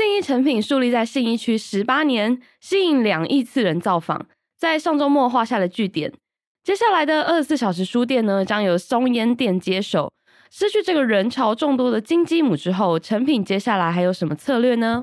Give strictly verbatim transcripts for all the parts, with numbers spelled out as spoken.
信义诚品树立在信义区十八年，吸引两亿次人造访，在上周末画下了句点。接下来的二十四小时书店呢，将由松烟店接手。失去这个人潮众多的金鸡母之后，诚品接下来还有什么策略呢？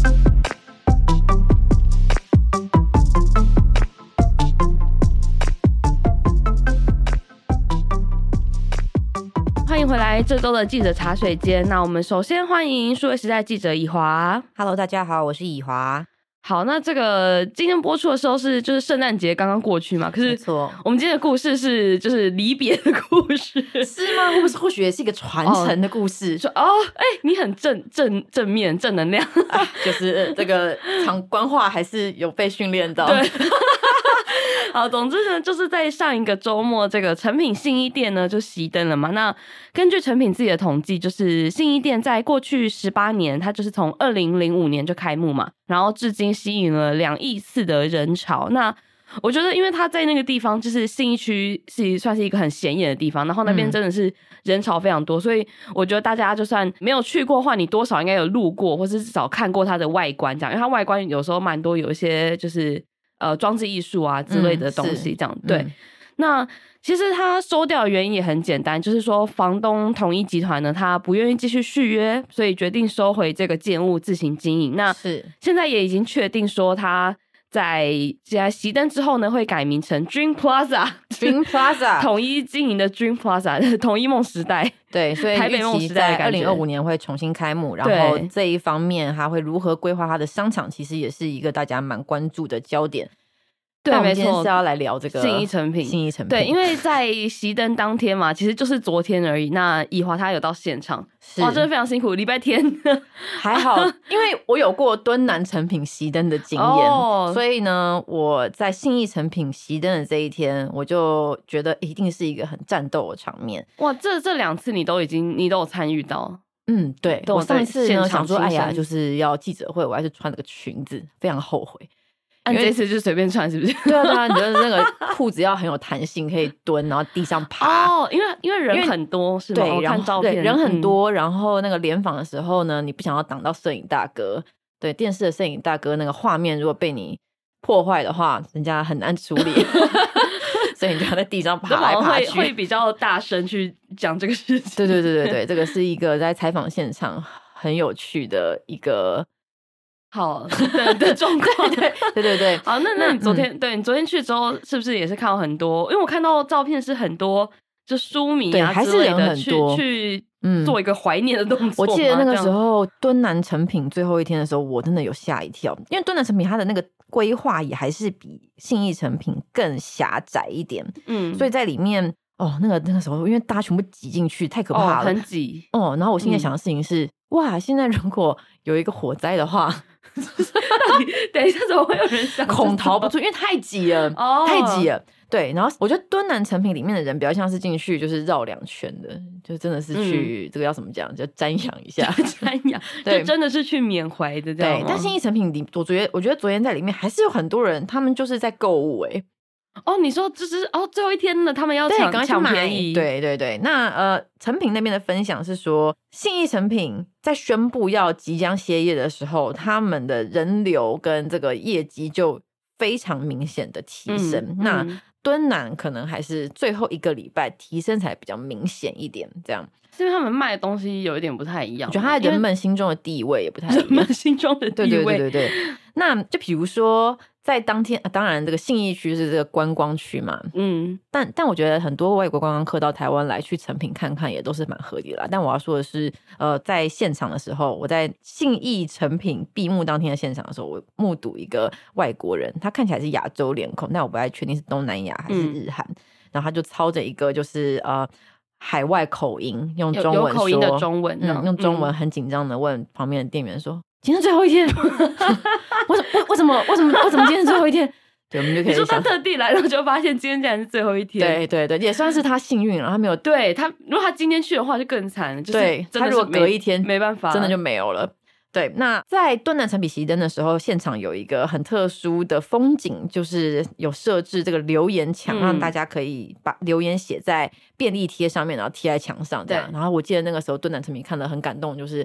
欢迎回来这周的记者茶水间。那我们首先欢迎数位时代记者以华。 Hello， 大家好，我是以华。 好，那这个今天播出的时候是就是圣诞节刚刚过去嘛，可是我们今天的故事是就是离别的故事。 是吗？会不会或许也是一个传承的故事？ 说哦，哎、欸，你很正正正面正能量， 啊、就是这个场官话还是有被训练到。 对。好，总之呢，就是在上一个周末，这个诚品信义店呢就熄灯了嘛。那根据诚品自己的统计，就是信义店在过去十八年，它就是从二零零五年就开幕嘛，然后至今吸引了两亿次的人潮。那我觉得，因为它在那个地方，就是信义区是算是一个很显眼的地方，然后那边真的是人潮非常多，嗯、所以我觉得大家就算没有去过的话，你多少应该有路过，或是至少看过它的外观这样，因为它外观有时候蛮多有一些就是呃装置艺术啊之类的东西这样。嗯、对，嗯、那其实它收掉的原因也很简单，就是说房东统一集团呢，他不愿意继续续约，所以决定收回这个建物自行经营。那是现在也已经确定说他在现在熄灯之后呢，会改名成 Dream Plaza Dream Plaza 统一经营的 Dream Plaza 统一梦时代。 对，所以台北梦时代在二零二五年会重新开幕，然后这一方面它会如何规划它的商场，其实也是一个大家蛮关注的焦点。对，没错，是要来聊这个信义诚品。 信义诚品， 对，因为在熄灯当天嘛，其实就是昨天而已。那以华他有到现场，哇，真的非常辛苦。礼拜天还好，因为我有过敦南诚品熄灯的经验，哦、所以呢，我在信义诚品熄灯的这一天，我就觉得一定是一个很战斗的场面。 哇，这这两次你都已经你都有参与到。 嗯，对，我上一次呢想说，哎呀，就是要记者会，我还是穿了个裙子，非常后悔。 啊、你这次就随便穿是不是？ 对啊对啊，你的那个裤子要很有弹性，可以蹲，然后地上爬。 哦，因为因为人很多是吗？ 对， 我看照片人很多、嗯，然后那个联访的时候呢，你不想要挡到摄影大哥，对，电视的摄影大哥那个画面如果被你破坏的话，人家很难处理。所以你就要在地上爬来爬去， 会会比较大声去讲这个事情。 对对对对对，这个是一个在采访现场很有趣的一个。 好的的状况， 对对对对。 好，那那你昨天，嗯、对你昨天去之后，是不是也是看到很多？因为我看到照片是很多，就书迷啊之类的， 还是人很多去去做一个怀念的动作。 我记得那个时候敦南诚品最后一天的时候，我真的有吓一跳，因为敦南诚品它的那个规划也还是比信义诚品更狭窄一点，嗯，所以在里面哦，那个那个时候因为大家全部挤进去，太可怕了， 哦、很挤哦。然后我现在想的事情是，嗯、哇，现在如果有一个火灾的话。 等一下，怎么会有人想恐逃不出？因为太挤了，哦、太挤了。对，然后我觉得敦南诚品里面的人比较像是进去就是绕两圈的，就真的是去、嗯、这个要怎么讲，就瞻仰一下， 瞻仰，就真的是去缅怀的这样。 对，但信义诚品里，我昨天我觉得昨天在里面还是有很多人，他们就是在购物哎、欸。 哦，你说就是哦，最后一天了，他们要抢抢便宜。 对对对，那呃，诚品那边的分享是说，信义诚品在宣布要即将歇业的时候，他们的人流跟这个业绩就非常明显的提升。嗯、那、嗯、敦南可能还是最后一个礼拜提升才比较明显一点，这样。 是因为他们卖的东西有一点不太一样， 我觉得他在人们心中的地位也不太一样。 人们心中的地位， 对对对对对。那就比如说。在当天、啊，当然这个信义区是这个观光区嘛，嗯，但但我觉得很多外国观光客到台湾来去诚品看看也都是蛮合理的啦。但我要说的是，呃，在现场的时候，我在信义诚品闭幕当天的现场的时候，我目睹一个外国人，他看起来是亚洲脸孔，但我不太确定是东南亚还是日韩、嗯，然后他就操着一个就是呃海外口音，用中文说，有口音的中文， 嗯，用中文很紧张的问旁边的店员说。今天最后一天，为什为为什么为什么为什么今天是最后一天？对，我们就可以。 你说他特地来，然后就发现今天竟然是最后一天。 对对对，也算是他幸运了，他没有。 对他，如果他今天去的话，就更惨。就是、 对，他如果隔一天没办法， 真的就没有了。对，那在敦南诚品熄灯的时候，现场有一个很特殊的风景，就是有设置这个留言墙、嗯，让大家可以把留言写在便利贴上面，然后贴在墙上这样。然后我记得那个时候敦南诚品看得很感动，就是。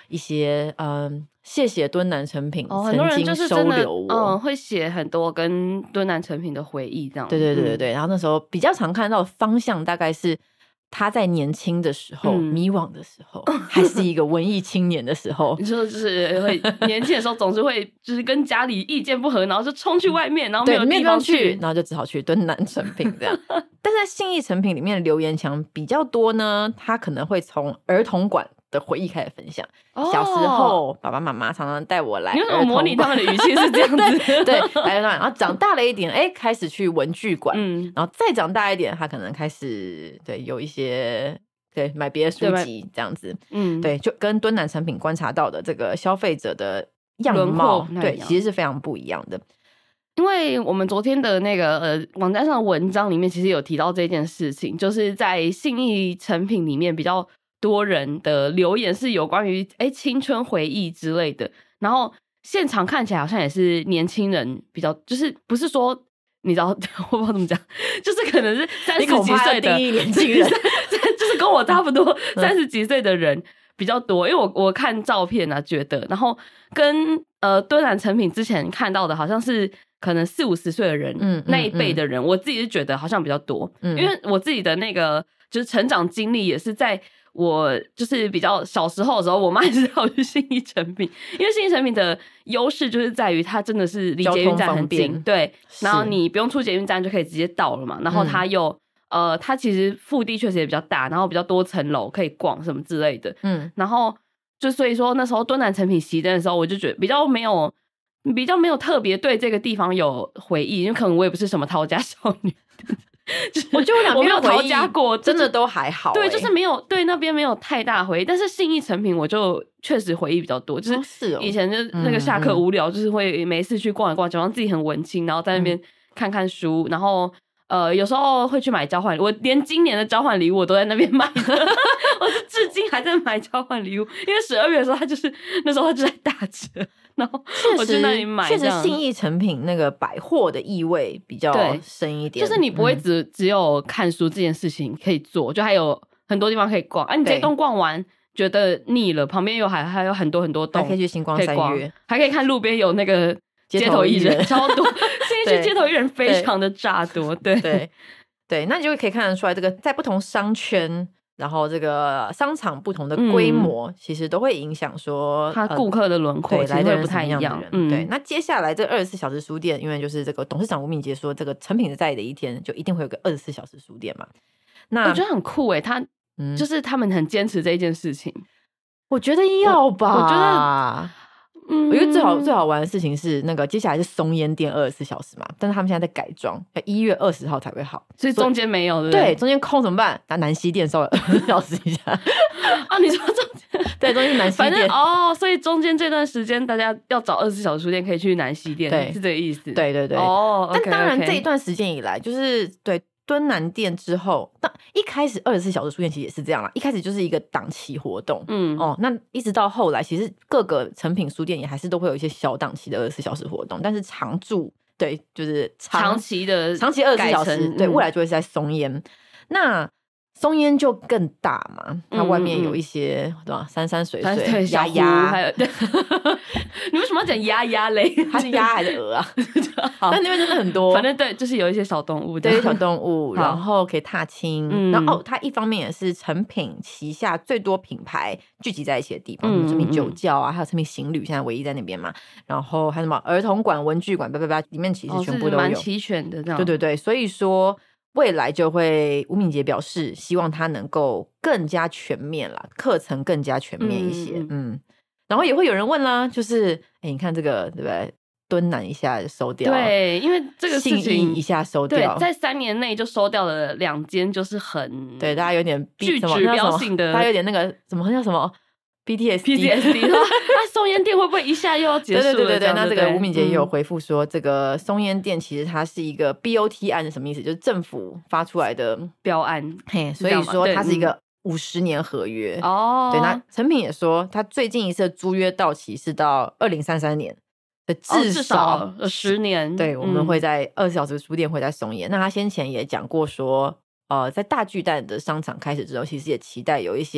一些嗯，谢谢敦南成品哦， 曾经收留我， 嗯，会写很多跟敦南成品的回忆这样。 对对对对对、嗯、然后那时候比较常看到的方向大概是他在年轻的时候、嗯、迷惘的时候还是一个文艺青年的时候你说就是会年轻的时候总是会就是跟家里意见不合，然后就冲去外面，然后没有地方去， 然后就只好去敦南成品这样但是在信义成品里面的留言墙比较多呢，他可能会从儿童馆的回忆开始分享、哦、小时候爸爸妈妈常常带我来儿童馆， 因为我模拟他们的语气是这样子对, 对来然后长大了一点哎，开始去文具馆、嗯、然后再长大一点他可能开始对有一些对买别的书籍这样子，嗯，对，就跟敦南成品观察到的这个消费者的样貌对其实是非常不一样的。 因为我们昨天的那个呃网站上的文章里面其实有提到这件事情，就是在信义成品里面比较多人的留言是有关于哎青春回忆之类的，然后现场看起来好像也是年轻人比较，就是不是说你知道我不知道怎么讲，就是可能是三十几岁的年轻人就是跟我差不多三十几岁的人比较多，因为我我看照片啊觉得，然后跟呃敦南成品之前看到的好像是可能四五十岁的人、嗯、那一辈的人、嗯、我自己是觉得好像比较多、嗯、因为我自己的那个就是成长经历也是在我就是比较小时候的时候，我妈也是要去信义成品，因为信义成品的优势就是在于它真的是离捷运站很近，对，然后你不用出捷运站就可以直接到了嘛，然后它又、嗯、呃，它其实腹地确实也比较大，然后比较多层楼可以逛什么之类的，嗯，然后就所以说那时候敦南成品熄灯的时候，我就觉得比较没有比较没有特别对这个地方有回忆，因为可能我也不是什么逃家少女就是我觉得我没有逃家过， 真的都还好、欸、 对，就是没有对那边没有太大回忆，但是信义成品我就确实回忆比较多，就是以前就那个下课无聊、嗯、就是会没事去逛一逛，假装自己很文青，然后在那边看看书、嗯、然后呃有时候会去买交换礼物，我连今年的交换礼物我都在那边买的我是至今还在买交换礼物，因为十二月的时候他就是那时候他就在打折，然后我去那里买， 确实信义成品那个百货的意味比较深一点， 就是你不会只、嗯、只有看书这件事情可以做，就还有很多地方可以逛啊，你这栋逛完觉得腻了，旁边又还还有很多很多栋， 还可以去星光三月， 还可以看路边有那个街头艺人超多信义区街头艺人非常的炸多，对 对, 对, 对那你就可以看得出来这个在不同商圈然后这个商场不同的规模、嗯、其实都会影响说他顾客的轮廓、呃、其实会不太一样、 嗯、对。那接下来这二十四小时书店，因为就是这个董事长吴敏杰说这个成品在的一天就一定会有个二十四小时书店嘛，那我觉得很酷耶，他、嗯、就是他们很坚持这一件事情， 我觉得要吧， 我, 我觉得嗯，我觉得最好最好玩的事情是那个接下来是松烟店二十四小时嘛，但是他们现在在改装，一月二十号才会好， 所以中间没有，对不对？对，中间空怎么办？拿南西店稍微二十四小时一下啊，你说中间对，中间南西店， 反正哦，所以中间这段时间大家要找二十四小时书店可以去南西店，对，是这个意思。 对对对，哦， okay, 但当然这一段时间以来，就是对。敦南店之后，但一开始二十四小时书店其实也是这样啦，一开始就是一个档期活动，嗯哦，那一直到后来，其实各个成品书店也还是都会有一些小档期的二十四小时活动，但是常驻对就是长, 长期的长期二十四小时，对、嗯，未来就会是在松烟。那松烟就更大嘛，它外面有一些、嗯、对吧？山山水水、鸭鸭， 还有你为什么要讲鸭鸭嘞？ 它是鸭还是鹅啊？但那边真的很多， 反正对，就是有一些小动物， 对，小动物，然后可以踏青。嗯、然后哦，它一方面也是成品旗下最多品牌聚集在一起的地方，嗯、成品酒窖啊，还有成品行旅，现在唯一在那边嘛。然后还有什么儿童馆、文具馆，叭叭叭，里面其实全部都有，蛮、 哦、齐全的这样。 对对对，所以说。未来就会，吴敏杰表示希望他能够更加全面啦，课程更加全面一些，嗯，嗯然后也会有人问啦，就是哎，你看这个对不对？敦南一下收掉， 对，因为这个事情一下收掉， 对，在三年内就收掉了两间，就是很对大家有点具指标性的， 大家有点那个什么叫什么 P T S D， P T S D， 那松烟店会不会一下又要结束了？ 对对对对对，那这个吴敏杰也有回复说，嗯、这个松烟店其实它是一个 B O T 案是什么意思？就是政府发出来的标案， 嘿，所以说它是一个五十年合约哦。对，那成品也说，他最近一次的租约到期是到二零三三年。至少十、哦、年， 对，我们会在二十小时书店会在松烟、嗯。那他先前也讲过说，呃，在大巨蛋的商场开始之后，其实也期待有一些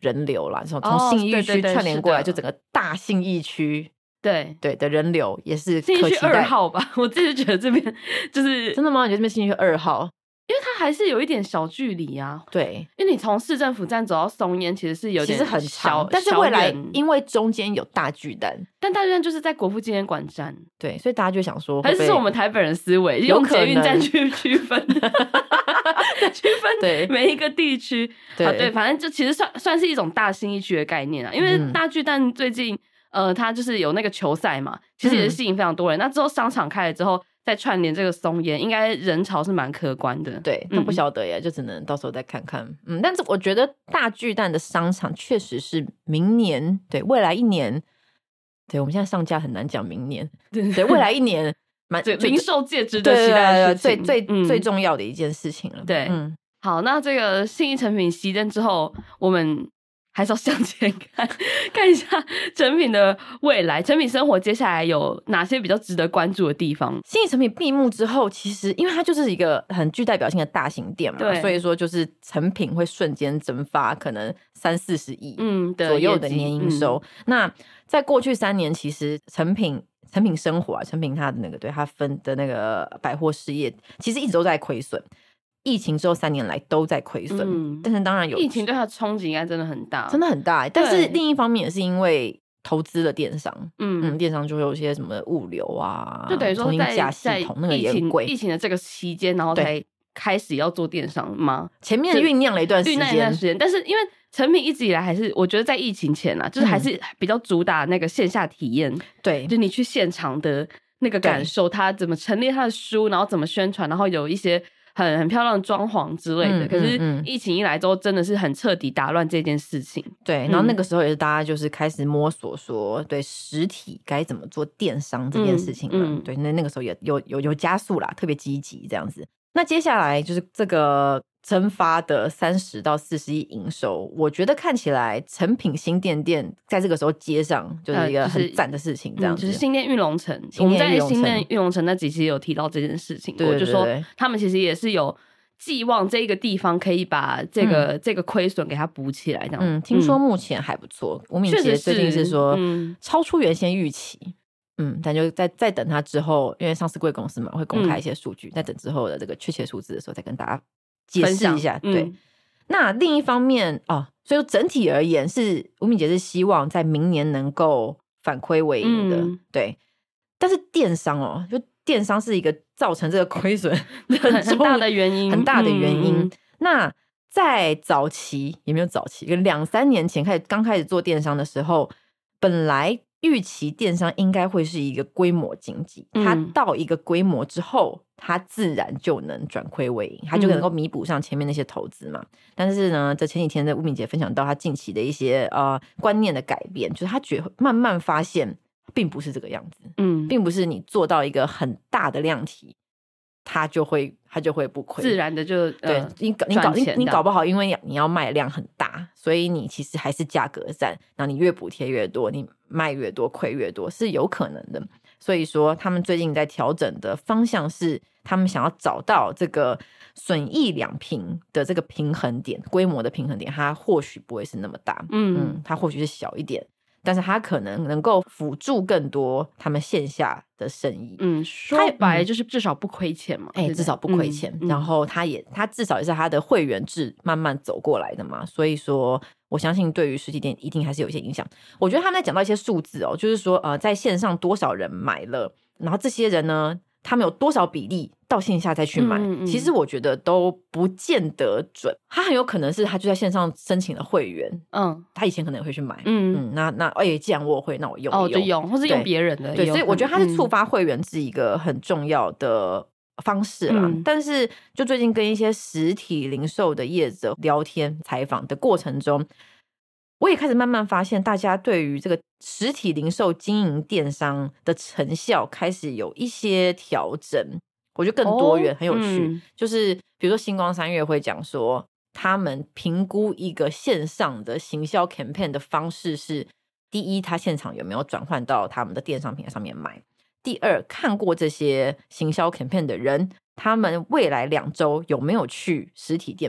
人流啦，从从信义区串联过来，就整个大信义区。对对的人流也是可期待。 信义区二号吧，我自己觉得这边就是真的吗？你觉得这边信义区二号？ 因为它还是有一点小距离啊。 对， 因为你从市政府站走到松烟其实是有点其实很长，但是未来因为中间有大巨蛋， 但大巨蛋就是在国父纪念馆站。 对，所以大家就想说会不会， 还是是我们台北人思维用捷运站去区分区分对每一个地区。对、啊、对，反正就其实算算是一种大信义区的概念啊。因为大巨蛋最近、嗯、呃，它就是有那个球赛嘛，其实也是吸引非常多人、嗯、那之后商场开了之后再串联这个松烟，应该人潮是蛮可观的。 对，那不晓得耶、嗯、就只能到时候再看看。嗯，但是我觉得大巨蛋的商场确实是明年，对，未来一年，对，我们现在上架很难讲明年，对，未来一年蛮零售界值得期待的事情， 最最、嗯、最重要的一件事情了。 对，嗯，好，那这个信义诚品熄灯之后，我们还是要向前看看一下诚品的未来，诚品生活接下来有哪些比较值得关注的地方。 信义诚品闭幕之后，其实因为它就是一个很具代表性的大型店嘛，所以说就是诚品会瞬间蒸发可能三四十亿左右的年营收、嗯、那在过去三年其实诚品诚品生活啊，诚品它的那个对它分的那个百货事业其实一直都在亏损，疫情之后三年来都在亏损、嗯、但是当然有疫情对它的冲击应该真的很大， 真的很大。但是另一方面也是因为投资了电商，嗯嗯，电商就会有一些什么物流啊， 就等于说在系统那个也贵， 疫情的这个期间，然后才开始要做电商吗？ 前面酝酿了一段时间， 酝酿一段时间，但是因为诚品一直以来还是我觉得在疫情前啊，就是还是比较主打那个线下体验，对、嗯，就你去现场的那个感受，他怎么陈列他的书，然后怎么宣传，然后有一些很很漂亮的装潢之类的、嗯、可是疫情一来之后真的是很彻底打乱这件事情。 对，然后那个时候也是大家就是开始摸索说对实体该怎么做电商这件事情嘛、嗯嗯、对，那那个时候也有有有加速啦，特别积极这样子。那接下来就是这个蒸发的三十到四十亿营收，我觉得看起来诚品新店店在这个时候接上就是一个很赞的事情这样子、 呃就是嗯、就是新店玉龙城，我们在新店玉龙城那几期有提到这件事情过，对对对对，就说他们其实也是有寄望这个地方可以把这个、嗯、这个亏损给它补起来这样。 嗯，听说目前还不错，吴敏杰最近是说超出原先预期，嗯，但就在在等他之后，因为上市贵公司嘛会公开一些数据、嗯、在等之后的这个确切数字的时候再跟大家解释一下。对、嗯，那另一方面哦，所以说整体而言是吴敏杰是希望在明年能够反亏为盈的、嗯、对。但是电商哦，就电商是一个造成这个亏损很, 很大的原因， 很大的原因、嗯、那在早期也没有早期两三年前开始刚开始做电商的时候，本来预期电商应该会是一个规模经济、嗯、它到一个规模之后它自然就能转亏为盈，它就能够弥补上前面那些投资嘛、嗯、但是呢这前几天的吴敏杰分享到他近期的一些呃观念的改变，就是他觉得慢慢发现并不是这个样子，嗯，并不是你做到一个很大的量体它就会它就会不亏， 自然的就对、呃、你你搞你你搞不好因为你要卖量很大，所以你其实还是价格战，然后你越补贴越多，你卖越多亏越多是有可能的。所以说他们最近在调整的方向是他们想要找到这个损益两平的这个平衡点，规模的平衡点它或许不会是那么大， 嗯, 嗯它或许是小一点，但是它可能能够辅助更多他们线下的生意。 嗯，说白就是至少不亏钱嘛， 哎、欸，至少不亏钱、嗯。然后他也他至少也是他的会员制慢慢走过来的嘛，所以说我相信对于实体店一定还是有一些影响。我觉得他们在讲到一些数字哦，就是说呃，在线上多少人买了，然后这些人呢，他们有多少比例到线下再去买、嗯嗯、其实我觉得都不见得准，他很有可能是他就在线上申请了会员，嗯，他以前可能也会去买，嗯嗯，那那哎、欸，既然我会，那我用一用， 哦，就用，或是用别人的， 对，所以我觉得他是触发会员制一个很重要的方式啦、嗯、但是就最近跟一些实体零售的业者聊天采访的过程中，我也开始慢慢发现大家对于这个实体零售经营电商的成效开始有一些调整，我觉得更多元、哦、很有趣、嗯、就是比如说星光三月会讲说他们评估一个线上的行销 campaign 的方式是，第一他现场有没有转换到他们的电商平台上面买，第二看过这些行销 campaign 的人他们未来两周有没有去实体店买，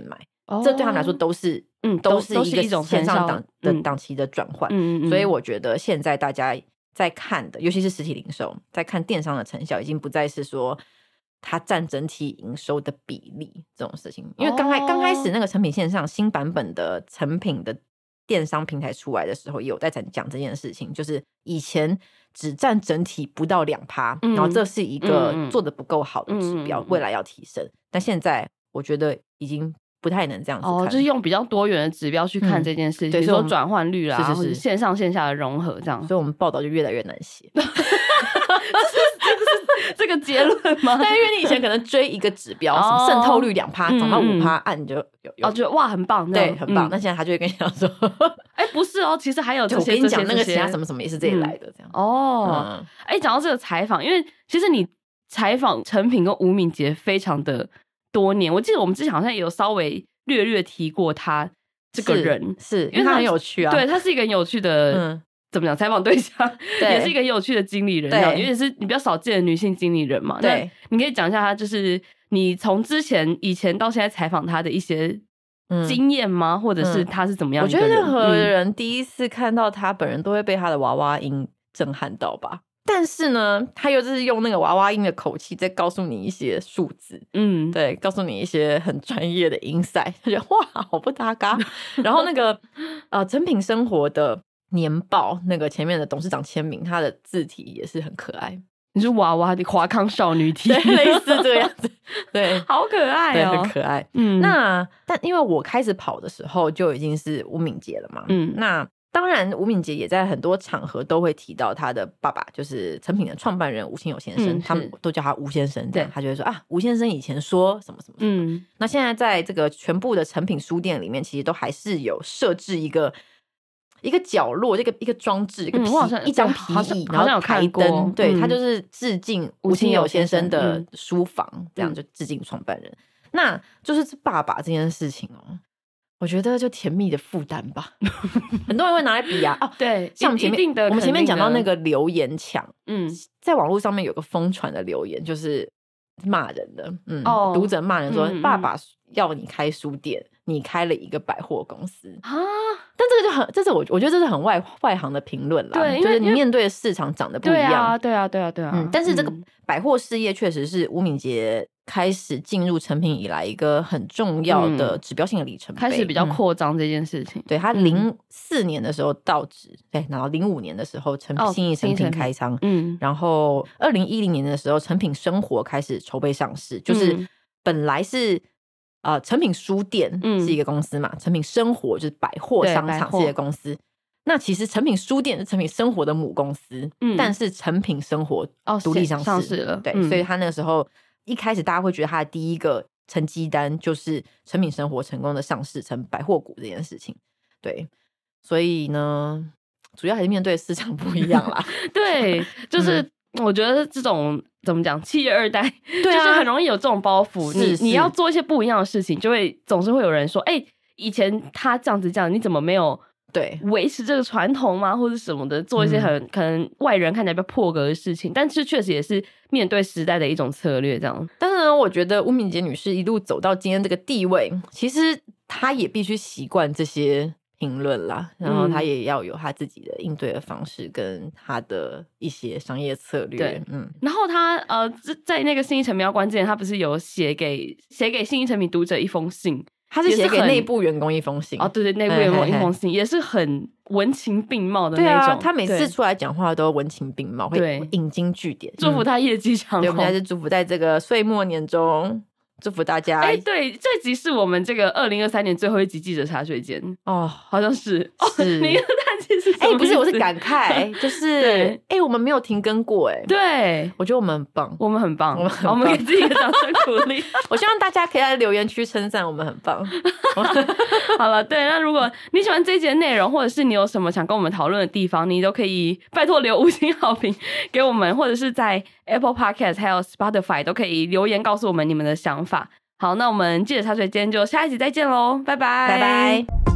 哦、这对他们来说都是嗯都是一个线上档的档期的转换。嗯嗯，所以我觉得现在大家在看的，尤其是实体零售，在看电商的成效，已经不再是说它占整体营收的比例这种事情。因为刚开刚、哦、开始那个成品线上新版本的成品的电商平台出来的时候，也有在讲这件事情，就是以前只占整体不到 百分之二、嗯、然后这是一个做得不够好的指标、嗯、未来要提升。但现在我觉得已经不太能这样子看， 哦，就是用比较多元的指标去看这件事情，比如说转换率啦，是是是，或者线上线下的融合这样， 所以我们报道就越来越难写。 这个结论吗？ 对，因为你以前可能追一个指标，什么渗透率两趴，涨到五趴，按你就有有， 哦，觉得哇很棒， 对，很棒。那、嗯、现在他就会跟你讲说， 哎、欸，不是哦，其实还有这些， 我跟你讲那个其他什么什么也是这里来的，这样。 哦，哎、嗯，讲、欸、到这个采访，因为其实你采访成品跟吴敏杰非常的多年，我记得我们之前好像也有稍微略略提过他这个人， 是, 是因为他很有趣啊， 对，他是一个很有趣的。嗯，怎么讲？采访对象也是一个很有趣的经理人，对，因为是你比较少见的女性经理人嘛。对，你可以讲一下他，就是你从之前以前到现在采访他的一些经验吗？嗯、或者是他是怎么样的人？ 我觉得任何人第一次看到他本人，都会被他的娃娃音震撼到吧。但是呢，他又是用那个娃娃音的口气在告诉你一些数字，嗯，对，告诉你一些很专业的 insight， 就觉得哇，好不搭嘎。然后那个呃，成品生活的年报那个前面的董事长签名，他的字体也是很可爱。 你是娃娃的华康少女体， 对，类似这个样子，对， 好可爱哦， 对，很可爱。嗯，那但因为我开始跑的时候就已经是吴敏杰了嘛，嗯，那当然吴敏杰也在很多场合都会提到他的爸爸，就是成品的创办人吴清友先生，嗯、他们都叫他吴先生，对，他就会说啊，吴先生以前说什么什么什么。嗯，那现在在这个全部的成品书店里面，其实都还是有设置一个。一个角落，这个一个装置，一个皮、嗯、一张皮椅，然后台灯，对、嗯、他就是致敬吴清友先生的书房，嗯、这样就致敬创办人。嗯、那就是爸爸这件事情哦，我觉得就甜蜜的负担吧，很多人会拿来比啊。哦， 对， 像我们前面我们前面讲到那个留言墙，嗯，在网络上面有个疯传的留言，就是骂人的，嗯，哦、读者骂人说、嗯、爸爸要你开书店。你开了一个百货公司啊，但这个就很，这是我我觉得这是很外外行的评论啦。对，就是你面对的市场长得不一样。 对啊，对啊，对啊，对啊。 嗯，但是这个百货事业确实是吴敏杰开始进入成品以来一个很重要的指标性的里程碑， 开始比较扩张这件事情。 嗯、对，他零四年的时候到职，对、嗯，然后零五年的时候成品信义成品开仓，嗯，然后二零一零年的时候成品生活开始筹备上市，就是本来是。呃，成品书店是一个公司嘛，嗯、成品生活就是百货商场是一个公司。那其实成品书店是成品生活的母公司，嗯、但是成品生活独立上市， 哦、上市了。 对、嗯，所以他那个时候一开始大家会觉得他的第一个成绩单就是成品生活成功的上市成百货股这件事情。对，所以呢，主要还是面对市场不一样啦。 对，就是。嗯我觉得这种怎么讲，企业二代、啊、就是很容易有这种包袱。你你要做一些不一样的事情，就会总是会有人说：“哎、欸，以前他这样子这样，你怎么没有对维持这个传统吗？或者什么的，做一些很、嗯、可能外人看起来比较破格的事情。”但是确实也是面对时代的一种策略，这样。 但是呢，我觉得吴敏杰女士一路走到今天这个地位，其实她也必须习惯这些。评论啦，然后他也要有他自己的应对的方式跟他的一些商业策略。 对，嗯，然后他呃，在那个信义诚品要关之前，他不是有写给写给信义诚品读者一封信， 他是写给内部员工一封信。 哦，对对，内部员工一封信也是很文情并茂的那种。 对啊，他每次出来讲话都文情并茂，会引经据典， 祝福他业绩长虹。 对，我们还是祝福在这个岁末年中。祝福大家！ 哎、欸，对，这集是我们这个二零二三年最后一集记者茶水间哦，好像是是。你的叹气是什么意思？ 哎、欸，不是，我是感慨，就是哎、欸，我们没有停更过，哎， 对， 我觉得我们很棒， 我们很棒， 我们很棒， 我们给自己一个掌声鼓励。 我希望大家可以在留言区称赞我们很棒。 好了，对，那如果你喜欢这一集的内容，或者是你有什么想跟我们讨论的地方，你都可以拜托留五星好评给我们，或者是在 Apple Podcast 还有 Spotify 都可以留言告诉我们你们的想法。好，那我们记者茶水间就下一集再见喽，拜拜， 拜拜。